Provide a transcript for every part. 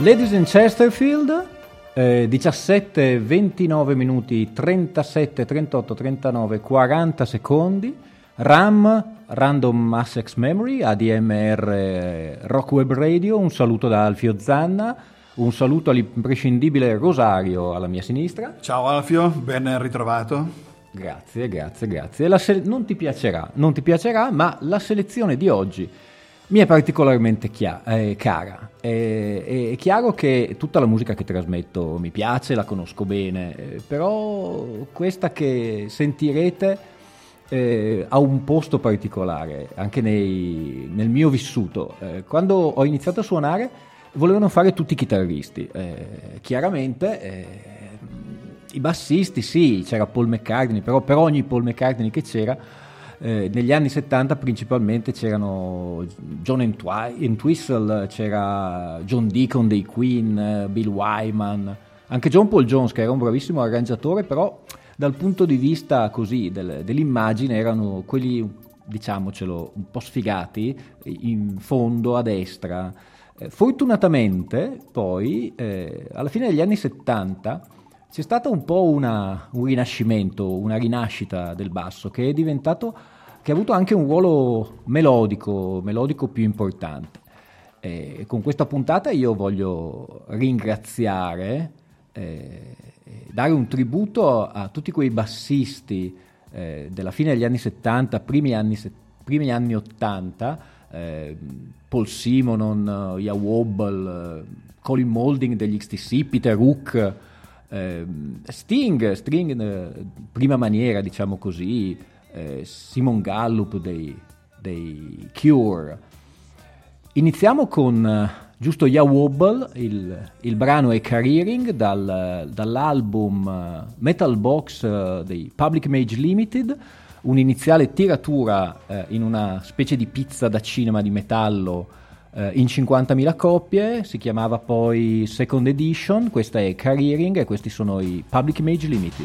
Ladies in Chesterfield, 17, 29 minuti, 37, 38, 39, 40 secondi. RAM, Random Access Memory, ADMR Rock Web Radio. Un saluto da Alfio Zanna, un saluto all'imprescindibile Rosario alla mia sinistra. Ciao Alfio, ben ritrovato. Grazie. Non ti piacerà, ma la selezione di oggi mi è particolarmente cara. È chiaro che tutta la musica che trasmetto mi piace, la conosco bene, però questa che sentirete ha un posto particolare anche nel mio vissuto. Quando ho iniziato a suonare volevano fare tutti i chitarristi, chiaramente i bassisti sì, c'era Paul McCartney, però per ogni Paul McCartney che c'era negli anni 70 principalmente c'erano John Entwistle, c'era John Deacon dei Queen, Bill Wyman, anche John Paul Jones che era un bravissimo arrangiatore, però dal punto di vista così dell'immagine erano quelli, diciamocelo, un po' sfigati in fondo a destra. Fortunatamente poi alla fine degli anni 70 c'è stato un po' un rinascimento, una rinascita del basso che ha avuto anche un ruolo melodico più importante. Con questa puntata io voglio ringraziare, dare un tributo a tutti quei bassisti della fine degli anni 70, primi anni 80, Paul Simonon, Yaw Wobble, Colin Moulding degli XTC, Peter Hook, Sting prima maniera, diciamo così, Simon Gallup dei Cure. Iniziamo con giusto Yaw Wobble, il brano è Careering dall'album Metal Box dei Public Image Limited, un'iniziale tiratura in una specie di pizza da cinema di metallo in 50.000 copie, si chiamava poi Second Edition. Questa è Careering e questi sono i Public Image Limited.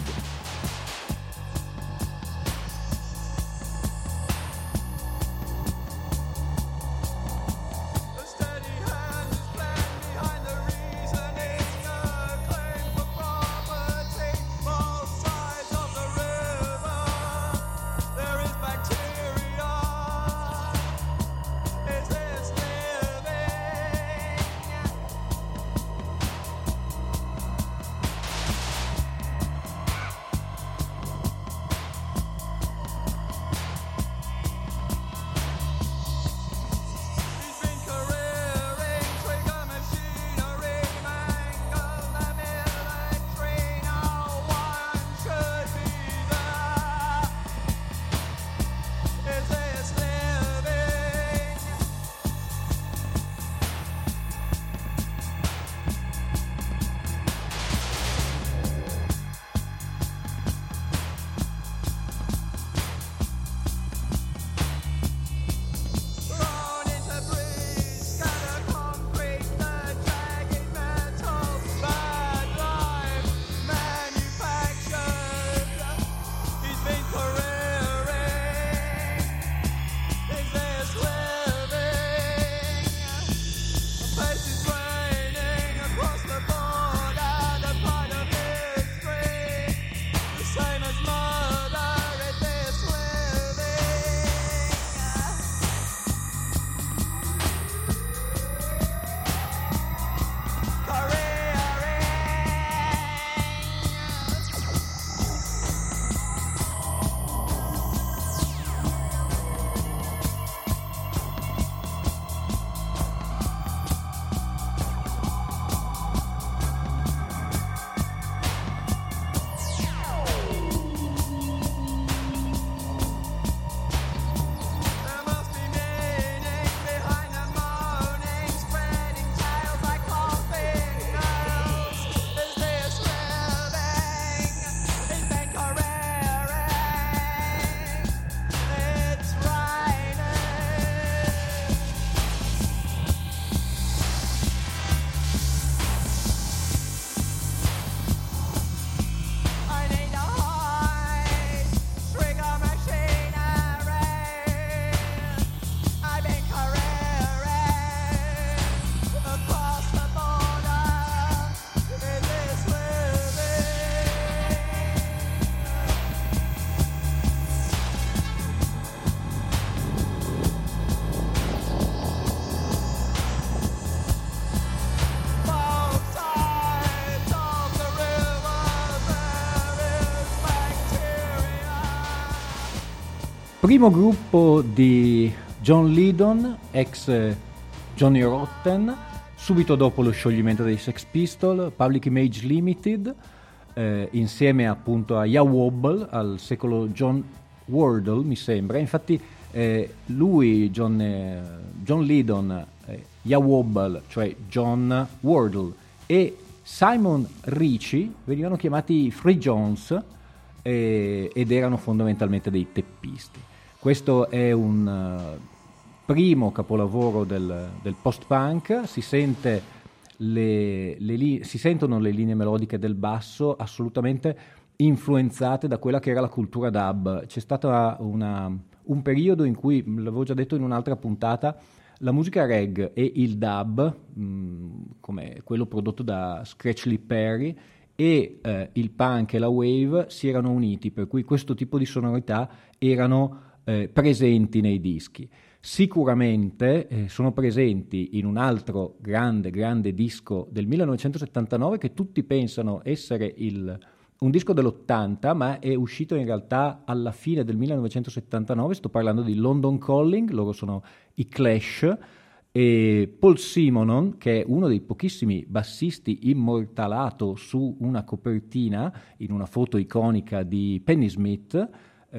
primo gruppo di John Lydon, ex Johnny Rotten, subito dopo lo scioglimento dei Sex Pistols, Public Image Limited, insieme appunto a Yawobble, al secolo John Wardle mi sembra. Infatti lui, John Lydon, Yawobble, cioè John Wardle, e Simon Ricci venivano chiamati Free Jones ed erano fondamentalmente dei teppisti. Questo è un primo capolavoro del post-punk, si sentono le linee melodiche del basso assolutamente influenzate da quella che era la cultura dub. C'è stato un periodo in cui, l'avevo già detto in un'altra puntata, la musica reggae e il dub, come quello prodotto da Scratchy Perry, e il punk e la wave si erano uniti, per cui questo tipo di sonorità erano presenti nei dischi. Sicuramente sono presenti in un altro grande disco del 1979 che tutti pensano essere un disco dell'80, ma è uscito in realtà alla fine del 1979. Sto parlando di London Calling, loro sono i Clash, e Paul Simonon, che è uno dei pochissimi bassisti immortalato su una copertina in una foto iconica di Penny Smith,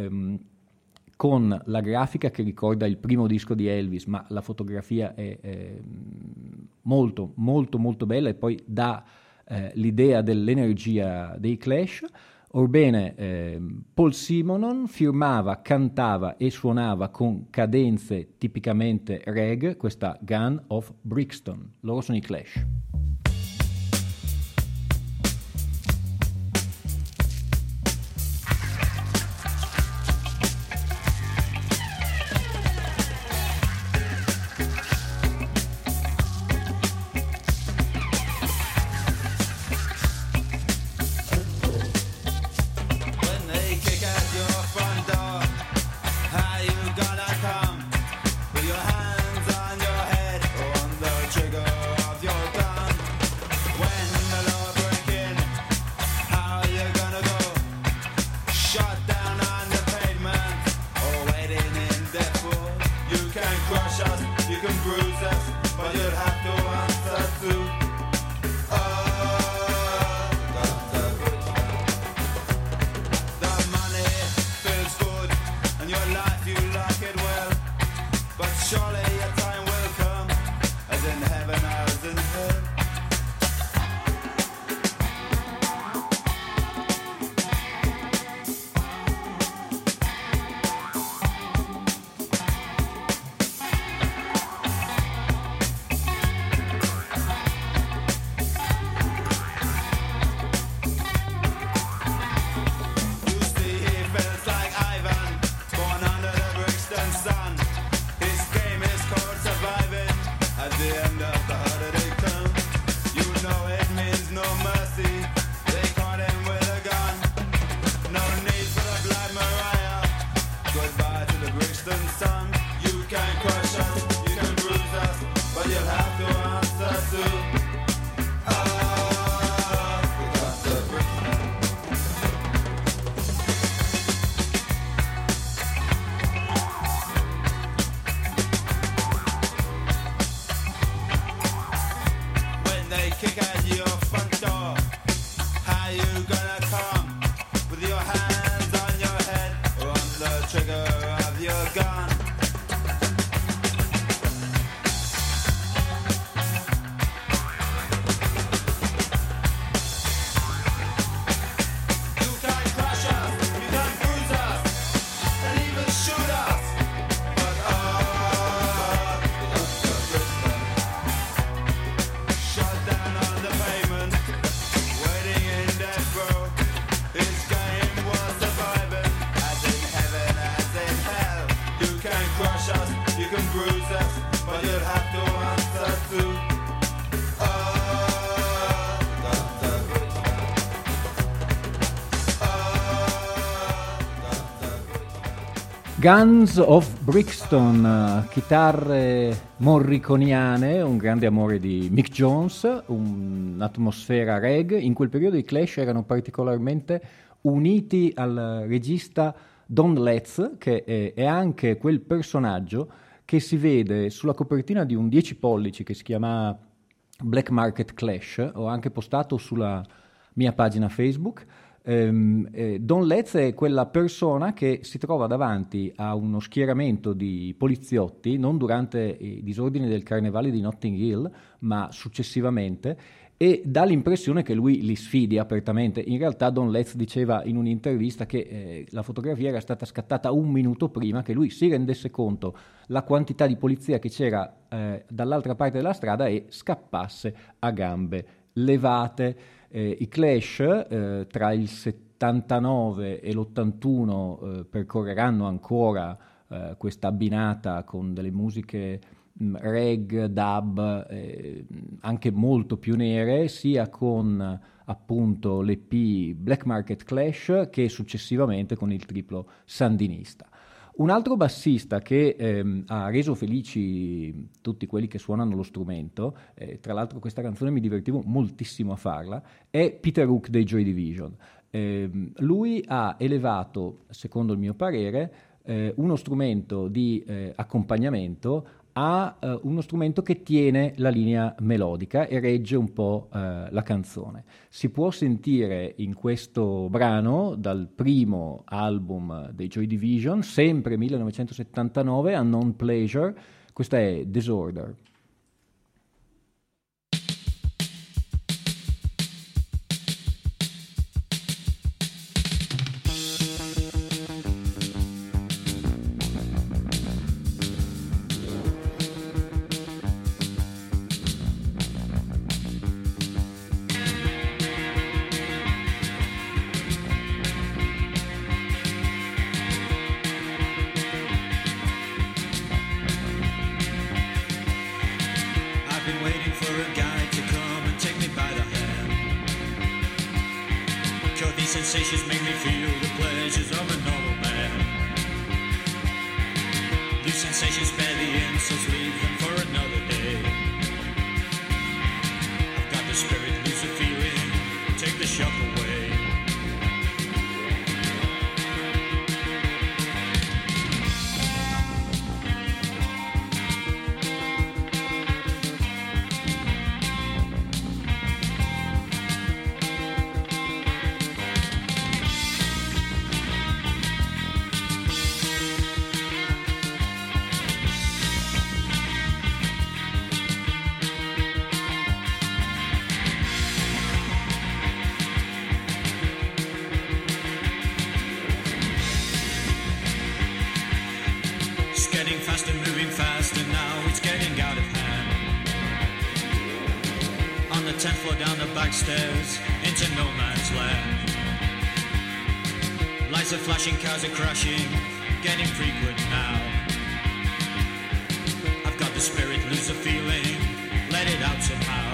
con la grafica che ricorda il primo disco di Elvis, ma la fotografia è molto bella e poi dà l'idea dell'energia dei Clash. Orbene, Paul Simonon firmava, cantava e suonava con cadenze tipicamente reggae questa Gun of Brixton. Loro sono i Clash. Your hands on your head, on the trigger of your gun. Guns of Brixton, chitarre morriconiane, un grande amore di Mick Jones, un'atmosfera reggae. In quel periodo i Clash erano particolarmente uniti al regista Don Letts, che è anche quel personaggio che si vede sulla copertina di un 10 pollici che si chiama Black Market Clash. Ho anche postato sulla mia pagina Facebook. Don Letts è quella persona che si trova davanti a uno schieramento di poliziotti, non durante i disordini del carnevale di Notting Hill, ma successivamente, e dà l'impressione che lui li sfidi apertamente. In realtà Don Letts diceva in un'intervista che la fotografia era stata scattata un minuto prima che lui si rendesse conto la quantità di polizia che c'era dall'altra parte della strada e scappasse a gambe levate. I Clash tra il 79 e l'81 percorreranno ancora questa abbinata con delle musiche reggae, dub, anche molto più nere, sia con appunto l'EP Black Market Clash che successivamente con il triplo sandinista. Un altro bassista che ha reso felici tutti quelli che suonano lo strumento, tra l'altro questa canzone mi divertivo moltissimo a farla, è Peter Hook dei Joy Division. Lui ha elevato, secondo il mio parere, uno strumento di accompagnamento a uno strumento che tiene la linea melodica e regge un po' la canzone. Si può sentire in questo brano dal primo album dei Joy Division, sempre 1979, Unknown Pleasure. Questa è Disorder. Sensations make me feel the pleasures of a normal man. These sensations spare the insults, leave them for another day. I've got the spirit, lose the feeling, take the shock away. Moving faster now, it's getting out of hand. On the 10th floor down the back stairs, into no man's land. Lights are flashing, cars are crashing, getting frequent now. I've got the spirit, lose the feeling, let it out somehow.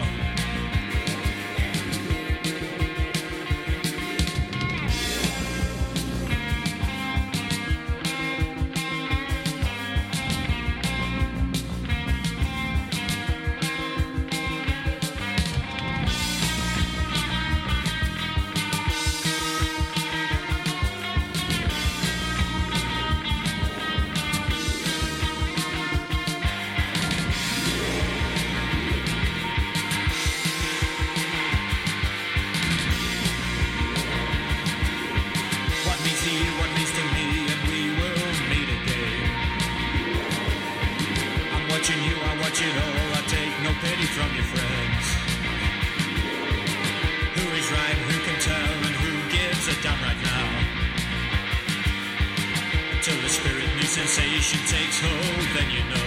Sensation takes hold, then you know.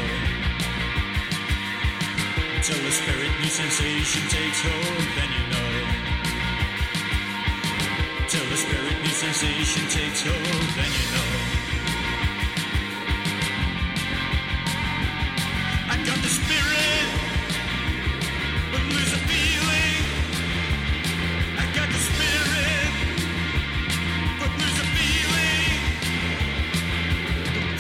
Until the spirit, new sensation takes hold, then you know. Till the spirit, new sensation takes hold, then you know. I got the spirit, but lose the feeling. I got the spirit, but lose the feeling.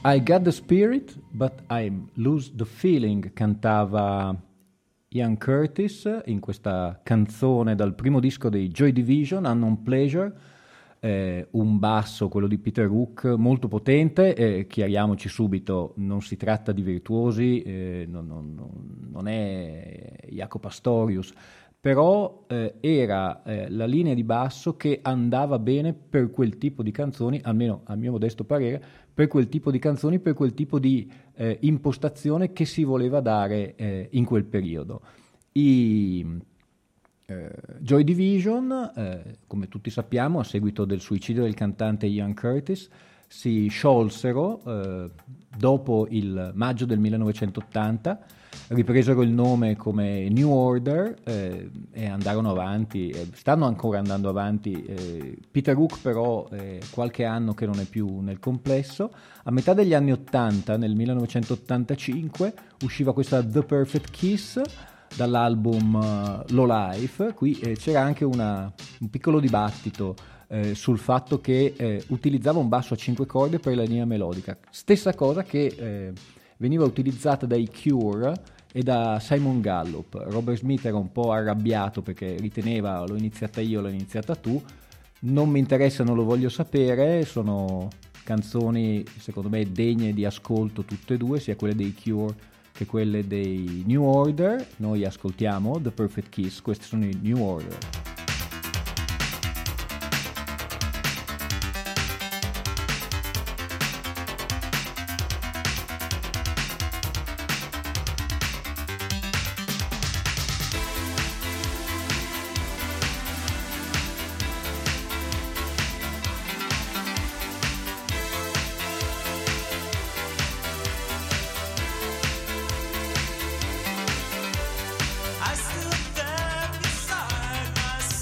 I got the spirit, but I lose the feeling, cantava Ian Curtis in questa canzone dal primo disco dei Joy Division, Unknown Pleasure, un basso, quello di Peter Hook, molto potente, chiariamoci subito, non si tratta di virtuosi, non è Jaco Pastorius, però era la linea di basso che andava bene per quel tipo di canzoni, almeno a mio modesto parere, per quel tipo di canzoni, per quel tipo di impostazione che si voleva dare in quel periodo. Joy Division, come tutti sappiamo, a seguito del suicidio del cantante Ian Curtis, si sciolsero dopo il maggio del 1980, ripresero il nome come New Order e andarono avanti, stanno ancora andando avanti. Peter Hook però qualche anno che non è più nel complesso. A metà degli anni 80, nel 1985, usciva questa The Perfect Kiss dall'album Low Life. Qui c'era anche un piccolo dibattito sul fatto che utilizzava un basso a 5 corde per la linea melodica, stessa cosa che veniva utilizzata dai Cure e da Simon Gallup. Robert Smith era un po' arrabbiato perché riteneva l'ho iniziata io, l'hai iniziata tu. Non mi interessa, non lo voglio sapere, sono canzoni secondo me degne di ascolto tutte e due, sia quelle dei Cure che quelle dei New Order. Noi ascoltiamo The Perfect Kiss, questi sono i New Order. I stood there beside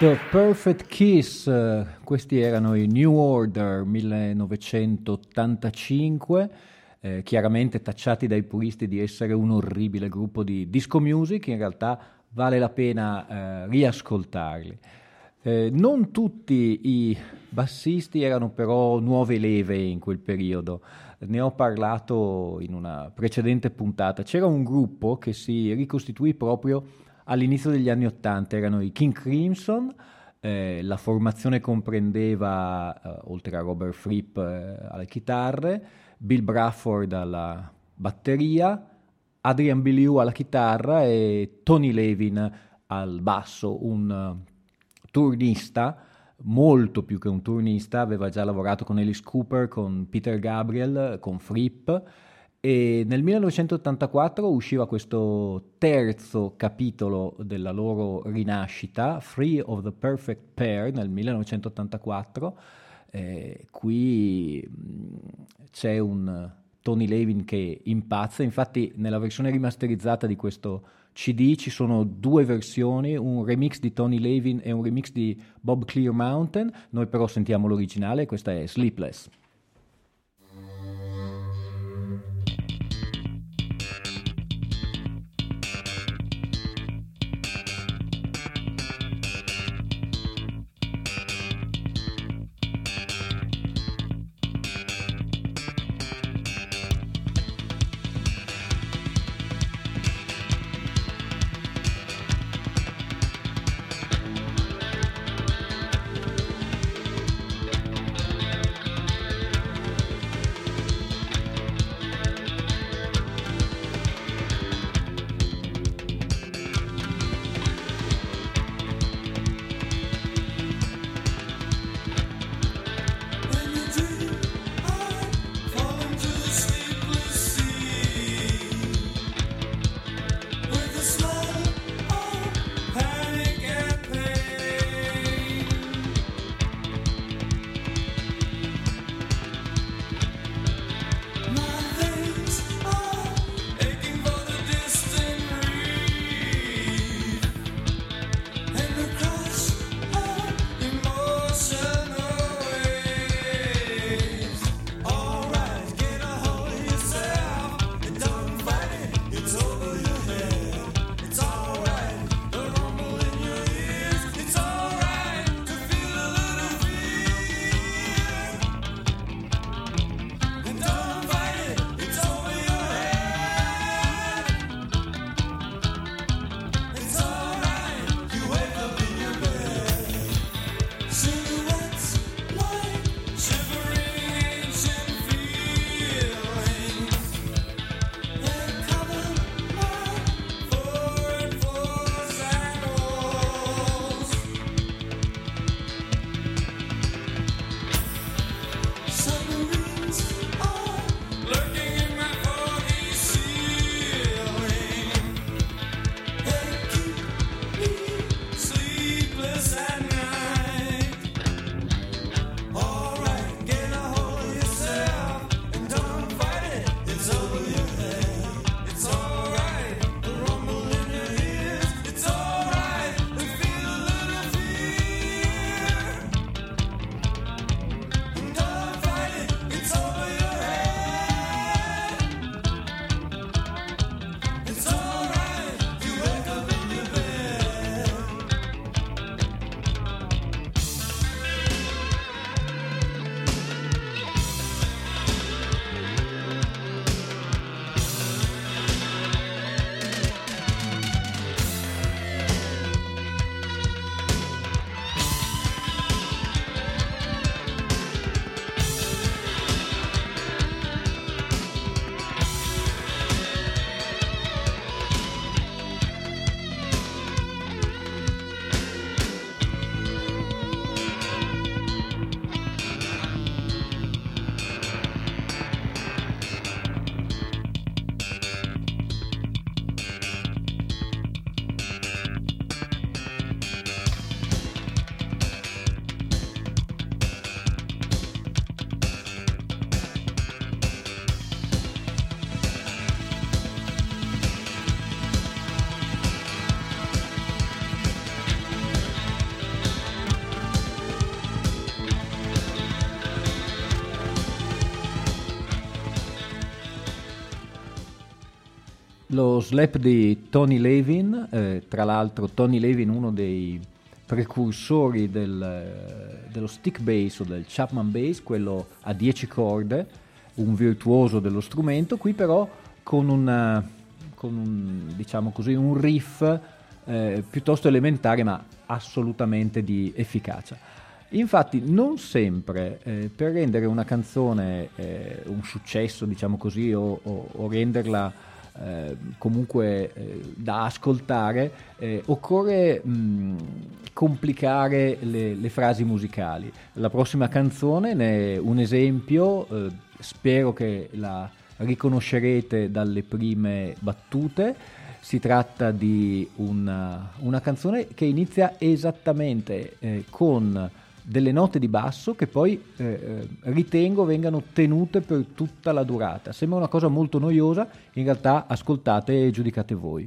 The Perfect Kiss, questi erano i New Order 1985, chiaramente tacciati dai puristi di essere un orribile gruppo di disco music, in realtà vale la pena riascoltarli. Non tutti i bassisti erano però nuove leve in quel periodo, ne ho parlato in una precedente puntata. C'era un gruppo che si ricostituì proprio all'inizio degli anni '80, erano i King Crimson. La formazione comprendeva, oltre a Robert Fripp alle chitarre, Bill Bruford alla batteria, Adrian Belew alla chitarra e Tony Levin al basso, un turnista, molto più che un turnista, aveva già lavorato con Alice Cooper, con Peter Gabriel, con Fripp, e nel 1984 usciva questo terzo capitolo della loro rinascita, Three of the Perfect Pair, nel 1984. Qui c'è un Tony Levin che impazza, infatti nella versione rimasterizzata di questo CD ci sono due versioni, un remix di Tony Levin e un remix di Bob Clear Mountain. Noi però sentiamo l'originale, questa è Sleepless. Lo slap di Tony Levin, tra l'altro Tony Levin uno dei precursori dello stick bass o del Chapman bass, quello a 10 corde, un virtuoso dello strumento, qui però con un diciamo così, un riff piuttosto elementare ma assolutamente di efficacia. Infatti non sempre per rendere una canzone un successo, diciamo così, o renderla comunque da ascoltare, occorre complicare le frasi musicali. La prossima canzone ne è un esempio, spero che la riconoscerete dalle prime battute. Si tratta di una canzone che inizia esattamente con delle note di basso che poi ritengo vengano tenute per tutta la durata. Sembra una cosa molto noiosa, in realtà ascoltate e giudicate voi.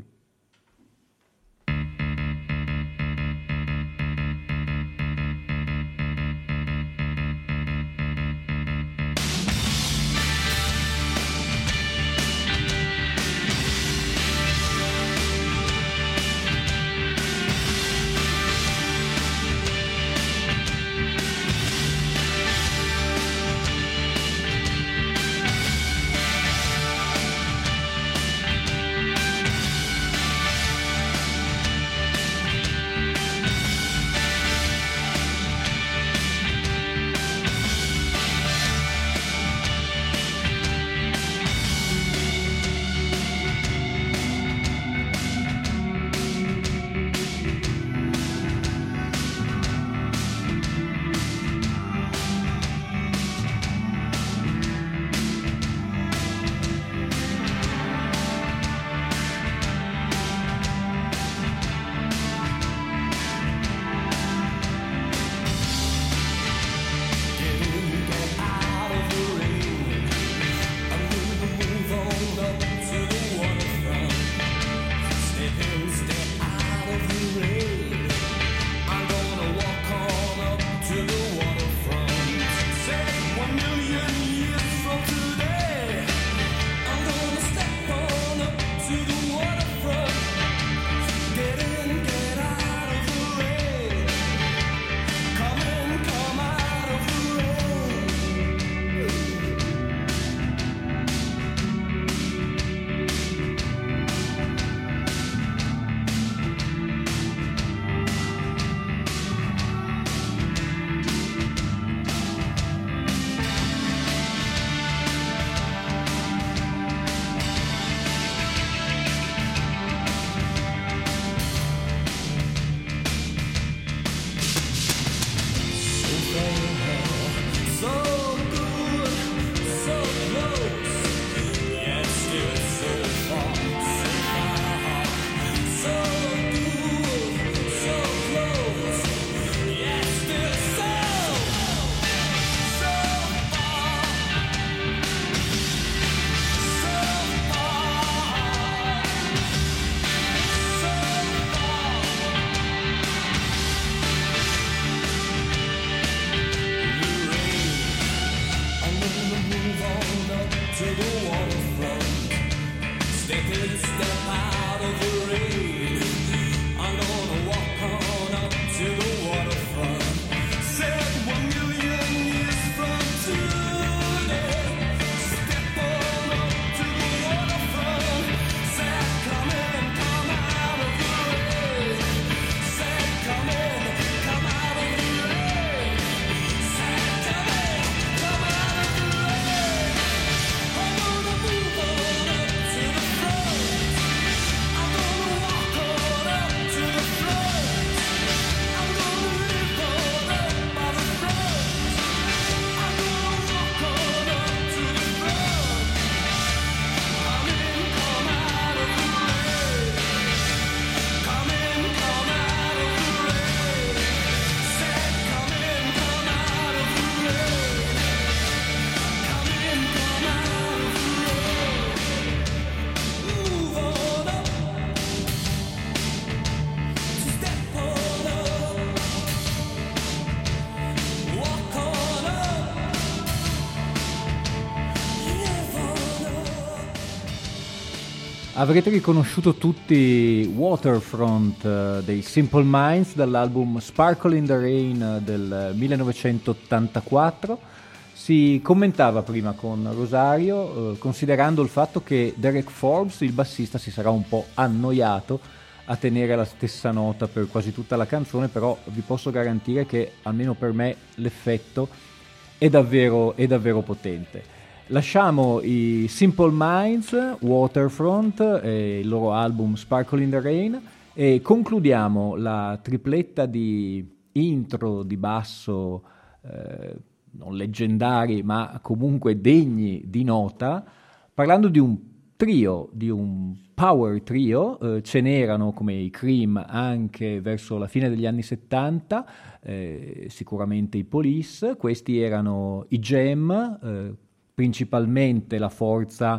Avrete riconosciuto tutti Waterfront dei Simple Minds dall'album Sparkle in the Rain del 1984. Si commentava prima con Rosario, considerando il fatto che Derek Forbes, il bassista, si sarà un po' annoiato a tenere la stessa nota per quasi tutta la canzone, però vi posso garantire che almeno per me l'effetto è davvero potente. Lasciamo i Simple Minds, Waterfront e il loro album Sparkle in the Rain e concludiamo la tripletta di intro di basso non leggendari ma comunque degni di nota parlando di un trio, di un power trio. Ce n'erano come i Cream anche verso la fine degli anni 70, sicuramente i Police. Questi erano i Jam, principalmente la forza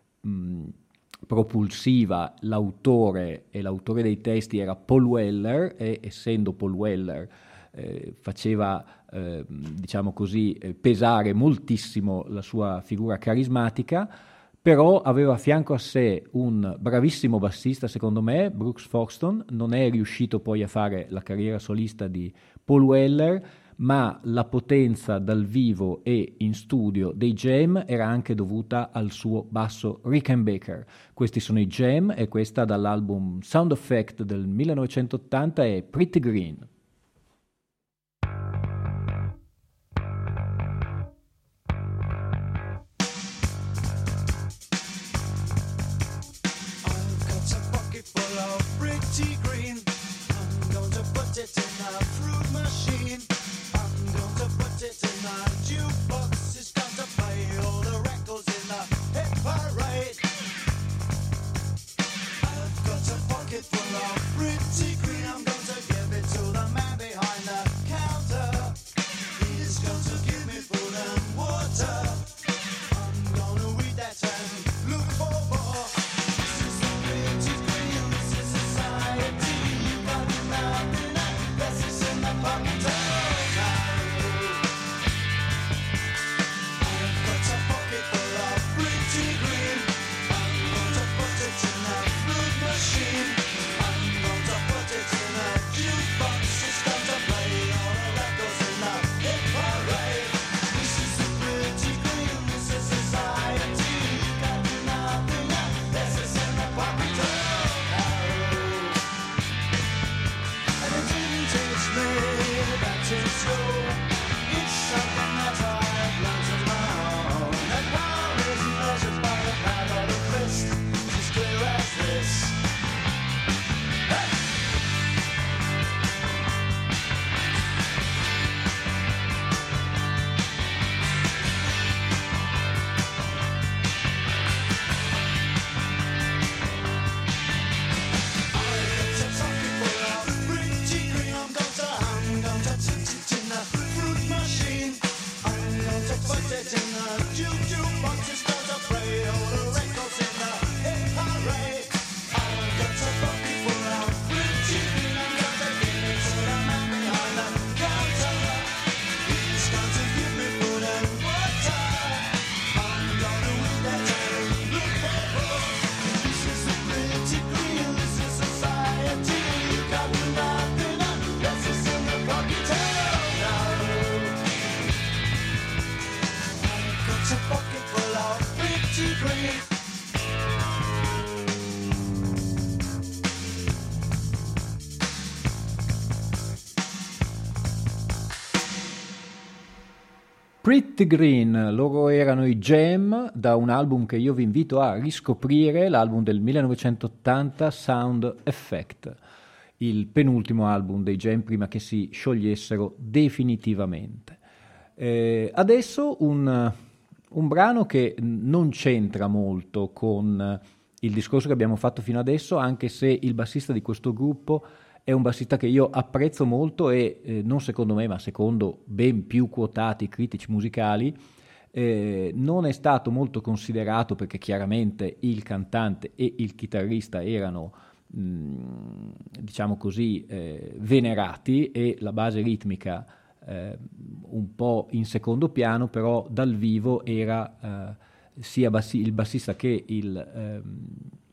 propulsiva, l'autore dei testi era Paul Weller e essendo Paul Weller faceva diciamo così pesare moltissimo la sua figura carismatica, però aveva a fianco a sé un bravissimo bassista, secondo me, Brooks Foxton. Non è riuscito poi a fare la carriera solista di Paul Weller, ma la potenza dal vivo e in studio dei Jam era anche dovuta al suo basso Rickenbacker. Questi sono i Jam e questa dall'album Sound Effect del 1980 è Pretty Green. Pretty Green, loro erano i Jam, da un album che io vi invito a riscoprire, l'album del 1980, Sound Effect, il penultimo album dei Jam prima che si sciogliessero definitivamente. Adesso un brano che non c'entra molto con il discorso che abbiamo fatto fino adesso, anche se il bassista di questo gruppo è un bassista che io apprezzo molto e non secondo me, ma secondo ben più quotati critici musicali, non è stato molto considerato perché chiaramente il cantante e il chitarrista erano, diciamo così, venerati e la base ritmica un po' in secondo piano, però dal vivo era sia il bassista che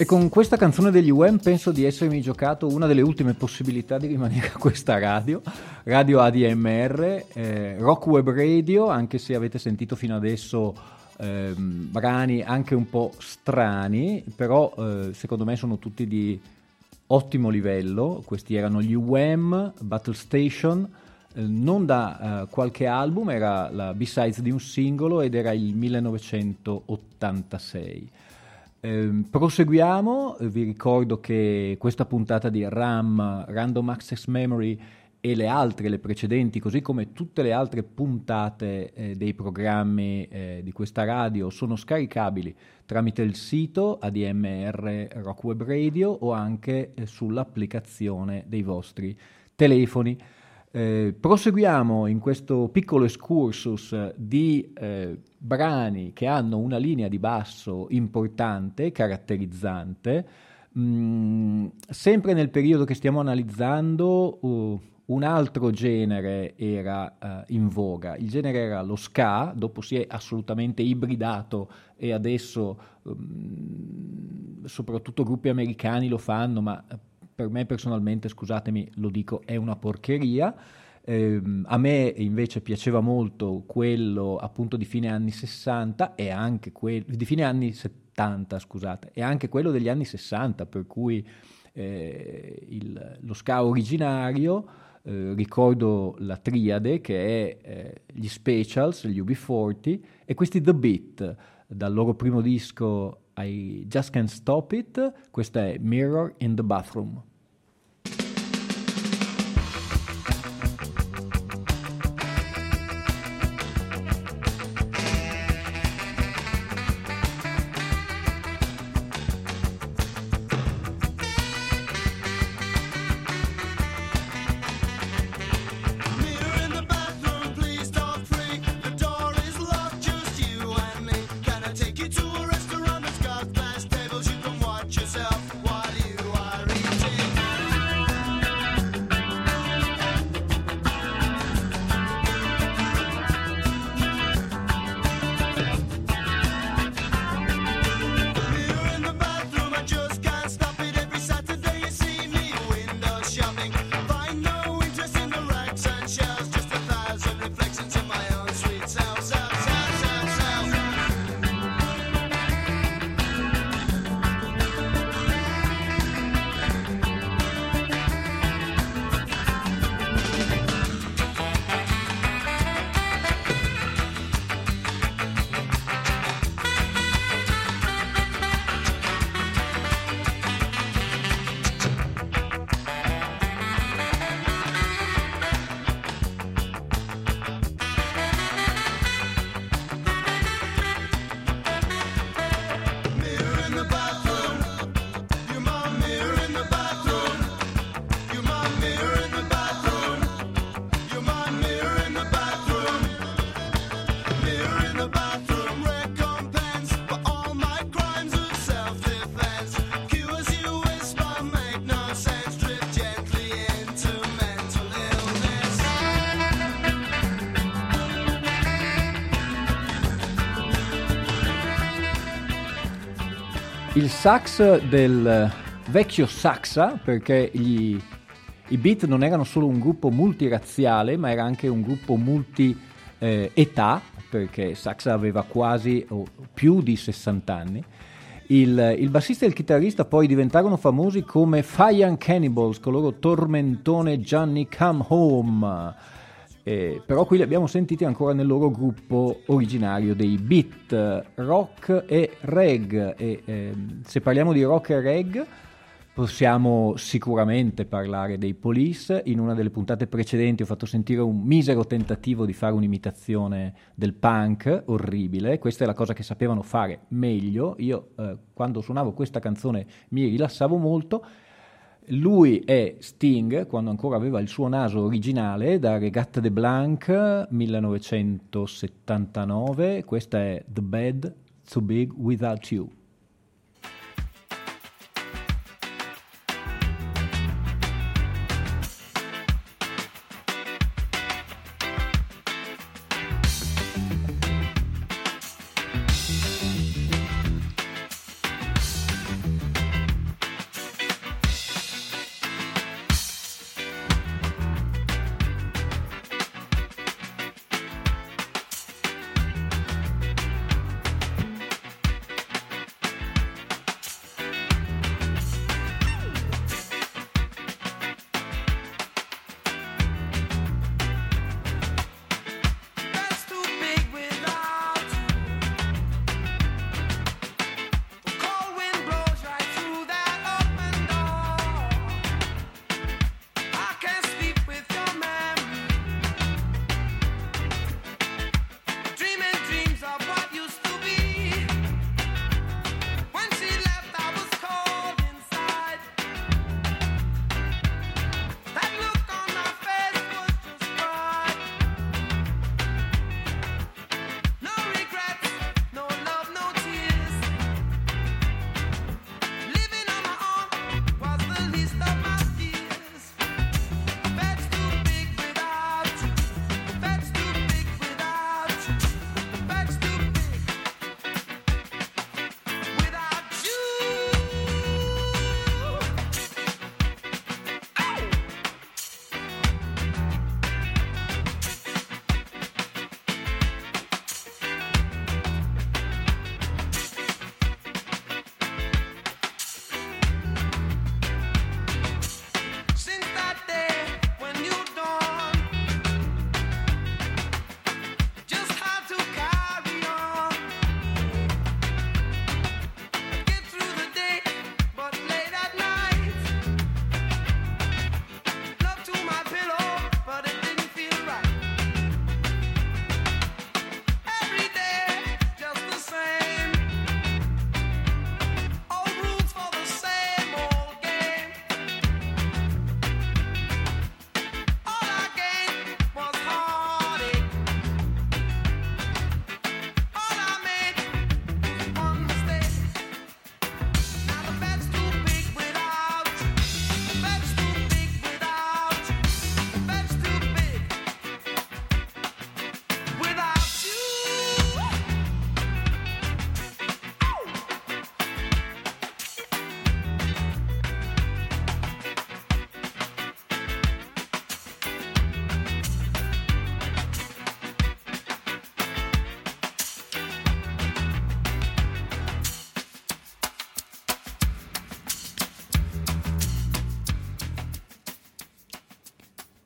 E con questa canzone degli Wham penso di essermi giocato una delle ultime possibilità di rimanere a questa radio ADMR, Rock Web Radio, anche se avete sentito fino adesso brani anche un po' strani, però secondo me sono tutti di ottimo livello. Questi erano gli Wham, Battle Station, non da qualche album, era la B-sides di un singolo ed era il 1986. Proseguiamo, vi ricordo che questa puntata di RAM, Random Access Memory, e le precedenti, così come tutte le altre puntate dei programmi di questa radio, sono scaricabili tramite il sito ADMR Rock Web Radio o anche sull'applicazione dei vostri telefoni. Proseguiamo in questo piccolo excursus di brani che hanno una linea di basso importante, caratterizzante. Sempre nel periodo che stiamo analizzando, un altro genere era in voga. Il genere era lo ska, dopo si è assolutamente ibridato e adesso soprattutto gruppi americani lo fanno, ma per me personalmente, scusatemi, lo dico, è una porcheria. A me invece piaceva molto quello appunto di fine anni 60 e anche di fine anni 70, scusate, e anche quello degli anni 60, per cui lo ska originario, ricordo la triade che è gli Specials, gli UB40 e questi The Beat, dal loro primo disco I Just Can't Stop It. Questa è Mirror in the Bathroom. Il sax del vecchio Saxa, perché i Beat non erano solo un gruppo multirazziale, ma era anche un gruppo multi-età, perché Saxa aveva quasi o più di 60 anni. Il bassista e il chitarrista poi diventarono famosi come Fire and Cannibals, con il loro tormentone Johnny Come Home. Però qui li abbiamo sentiti ancora nel loro gruppo originario dei Beat, rock e reg. Se parliamo di rock e reg possiamo sicuramente parlare dei Police. In una delle puntate precedenti ho fatto sentire un misero tentativo di fare un'imitazione del punk orribile. Questa è la cosa che sapevano fare meglio. Io quando suonavo questa canzone mi rilassavo molto. Lui è Sting, quando ancora aveva il suo naso originale, da Regatta de Blanc 1979. Questa è The Bed So Big Without You.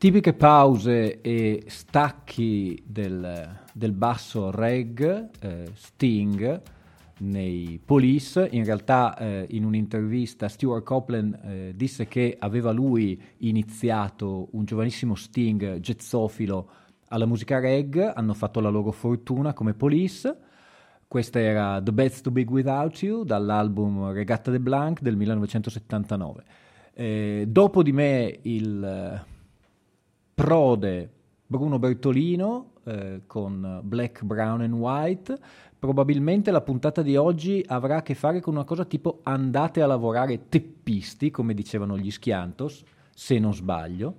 Tipiche pause e stacchi del basso reg, Sting nei Police. In realtà in un'intervista Stuart Copeland disse che aveva lui iniziato un giovanissimo Sting jazzofilo alla musica reg, hanno fatto la loro fortuna come Police. Questa era The Bed's Too Big Without You dall'album Regatta de Blanc del 1979. Dopo di me il prode Bruno Bertolino con Black, Brown and White. Probabilmente la puntata di oggi avrà a che fare con una cosa tipo andate a lavorare teppisti, come dicevano gli Schiantos, se non sbaglio.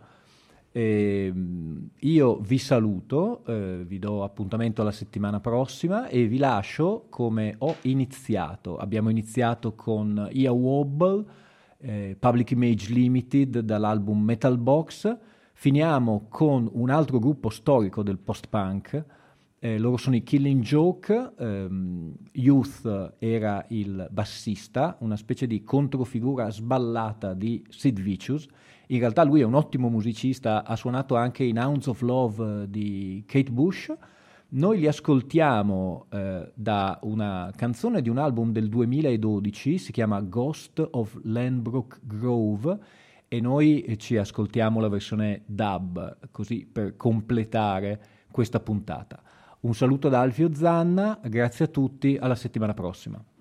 Io vi saluto, vi do appuntamento alla settimana prossima e vi lascio come ho iniziato. Abbiamo iniziato con Ia Wobble, Public Image Limited dall'album Metal Box. Finiamo con un altro gruppo storico del post-punk, loro sono i Killing Joke. Youth era il bassista, una specie di controfigura sballata di Sid Vicious. In realtà lui è un ottimo musicista, ha suonato anche in Hounds of Love di Kate Bush. Noi li ascoltiamo da una canzone di un album del 2012, si chiama Ghost of Lanbrook Grove, e noi ci ascoltiamo la versione dub, così per completare questa puntata. Un saluto da Alfio Zanna, grazie a tutti, alla settimana prossima.